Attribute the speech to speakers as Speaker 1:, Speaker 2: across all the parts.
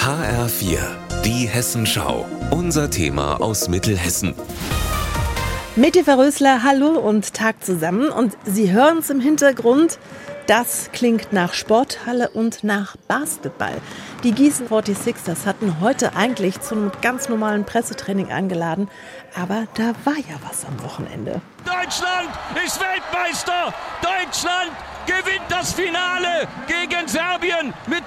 Speaker 1: HR4, die Hessenschau. Unser Thema aus Mittelhessen.
Speaker 2: Mit Eva Rösler, hallo und Tag zusammen. Und Sie hören es im Hintergrund, das klingt nach Sporthalle und nach Basketball. Die Gießen 46ers hatten heute eigentlich zu einem ganz normalen Pressetraining eingeladen. Aber da war ja was am Wochenende.
Speaker 3: Deutschland ist Weltmeister! Deutschland gewinnt das Finale gegen Serbien mit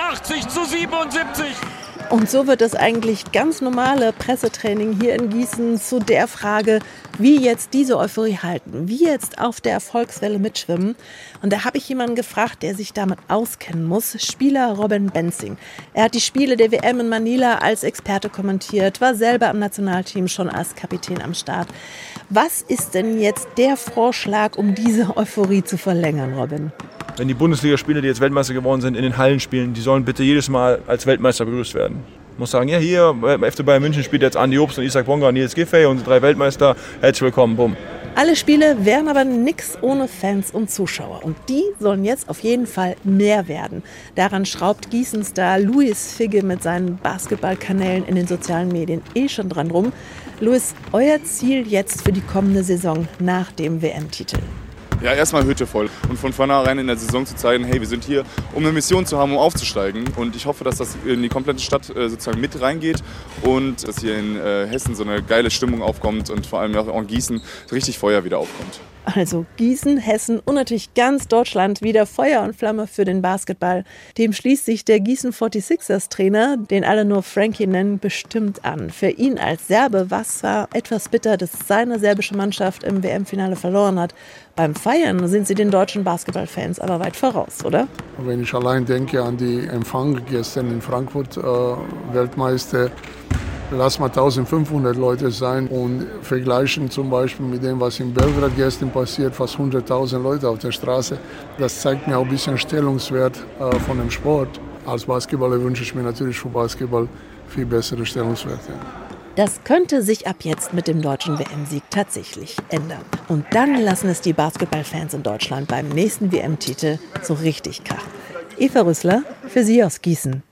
Speaker 3: 83-77.
Speaker 2: Und so wird das eigentlich ganz normale Pressetraining hier in Gießen zu der Frage, wie jetzt diese Euphorie halten, wie jetzt auf der Erfolgswelle mitschwimmen. Und da habe ich jemanden gefragt, der sich damit auskennen muss, Spieler Robin Benzing. Er hat die Spiele der WM in Manila als Experte kommentiert, war selber im Nationalteam schon als Kapitän am Start. Was ist denn jetzt der Vorschlag, um diese Euphorie zu verlängern, Robin?
Speaker 4: Wenn die Bundesligaspieler, die jetzt Weltmeister geworden sind, in den Hallen spielen, die sollen bitte jedes Mal als Weltmeister begrüßt werden. Ich muss sagen, ja, hier beim FC Bayern München spielt jetzt Andi Obst und Isaac Bonga und Nils Giffey, unsere 3 Weltmeister. Herzlich willkommen, bumm.
Speaker 2: Alle Spiele wären aber nix ohne Fans und Zuschauer. Und die sollen jetzt auf jeden Fall mehr werden. Daran schraubt Gießen-Star Luis Figge mit seinen Basketballkanälen in den sozialen Medien schon dran rum. Luis, euer Ziel jetzt für die kommende Saison nach dem WM-Titel?
Speaker 5: Ja, erstmal Hütte voll und von vornherein in der Saison zu zeigen, hey, wir sind hier, um eine Mission zu haben, um aufzusteigen. Und ich hoffe, dass das in die komplette Stadt sozusagen mit reingeht und dass hier in Hessen so eine geile Stimmung aufkommt und vor allem auch in Gießen richtig Feuer wieder aufkommt.
Speaker 2: Also Gießen, Hessen und natürlich ganz Deutschland wieder Feuer und Flamme für den Basketball. Dem schließt sich der Gießen 46ers Trainer, den alle nur Frankie nennen, bestimmt an. Für ihn als Serbe war es zwar etwas bitter, dass seine serbische Mannschaft im WM-Finale verloren hat. Beim Feiern sind sie den deutschen Basketballfans aber weit voraus, oder?
Speaker 6: Wenn ich allein denke an die Empfang gestern in Frankfurt, Weltmeister, lass mal 1500 Leute sein und vergleichen zum Beispiel mit dem, was in Belgrad gestern passiert, fast 100.000 Leute auf der Straße. Das zeigt mir auch ein bisschen Stellungswert von dem Sport. Als Basketballer wünsche ich mir natürlich für Basketball viel bessere Stellungswerte.
Speaker 2: Das könnte sich ab jetzt mit dem deutschen WM-Sieg tatsächlich ändern. Und dann lassen es die Basketballfans in Deutschland beim nächsten WM-Titel so richtig krachen. Eva Rösler für Sie aus Gießen.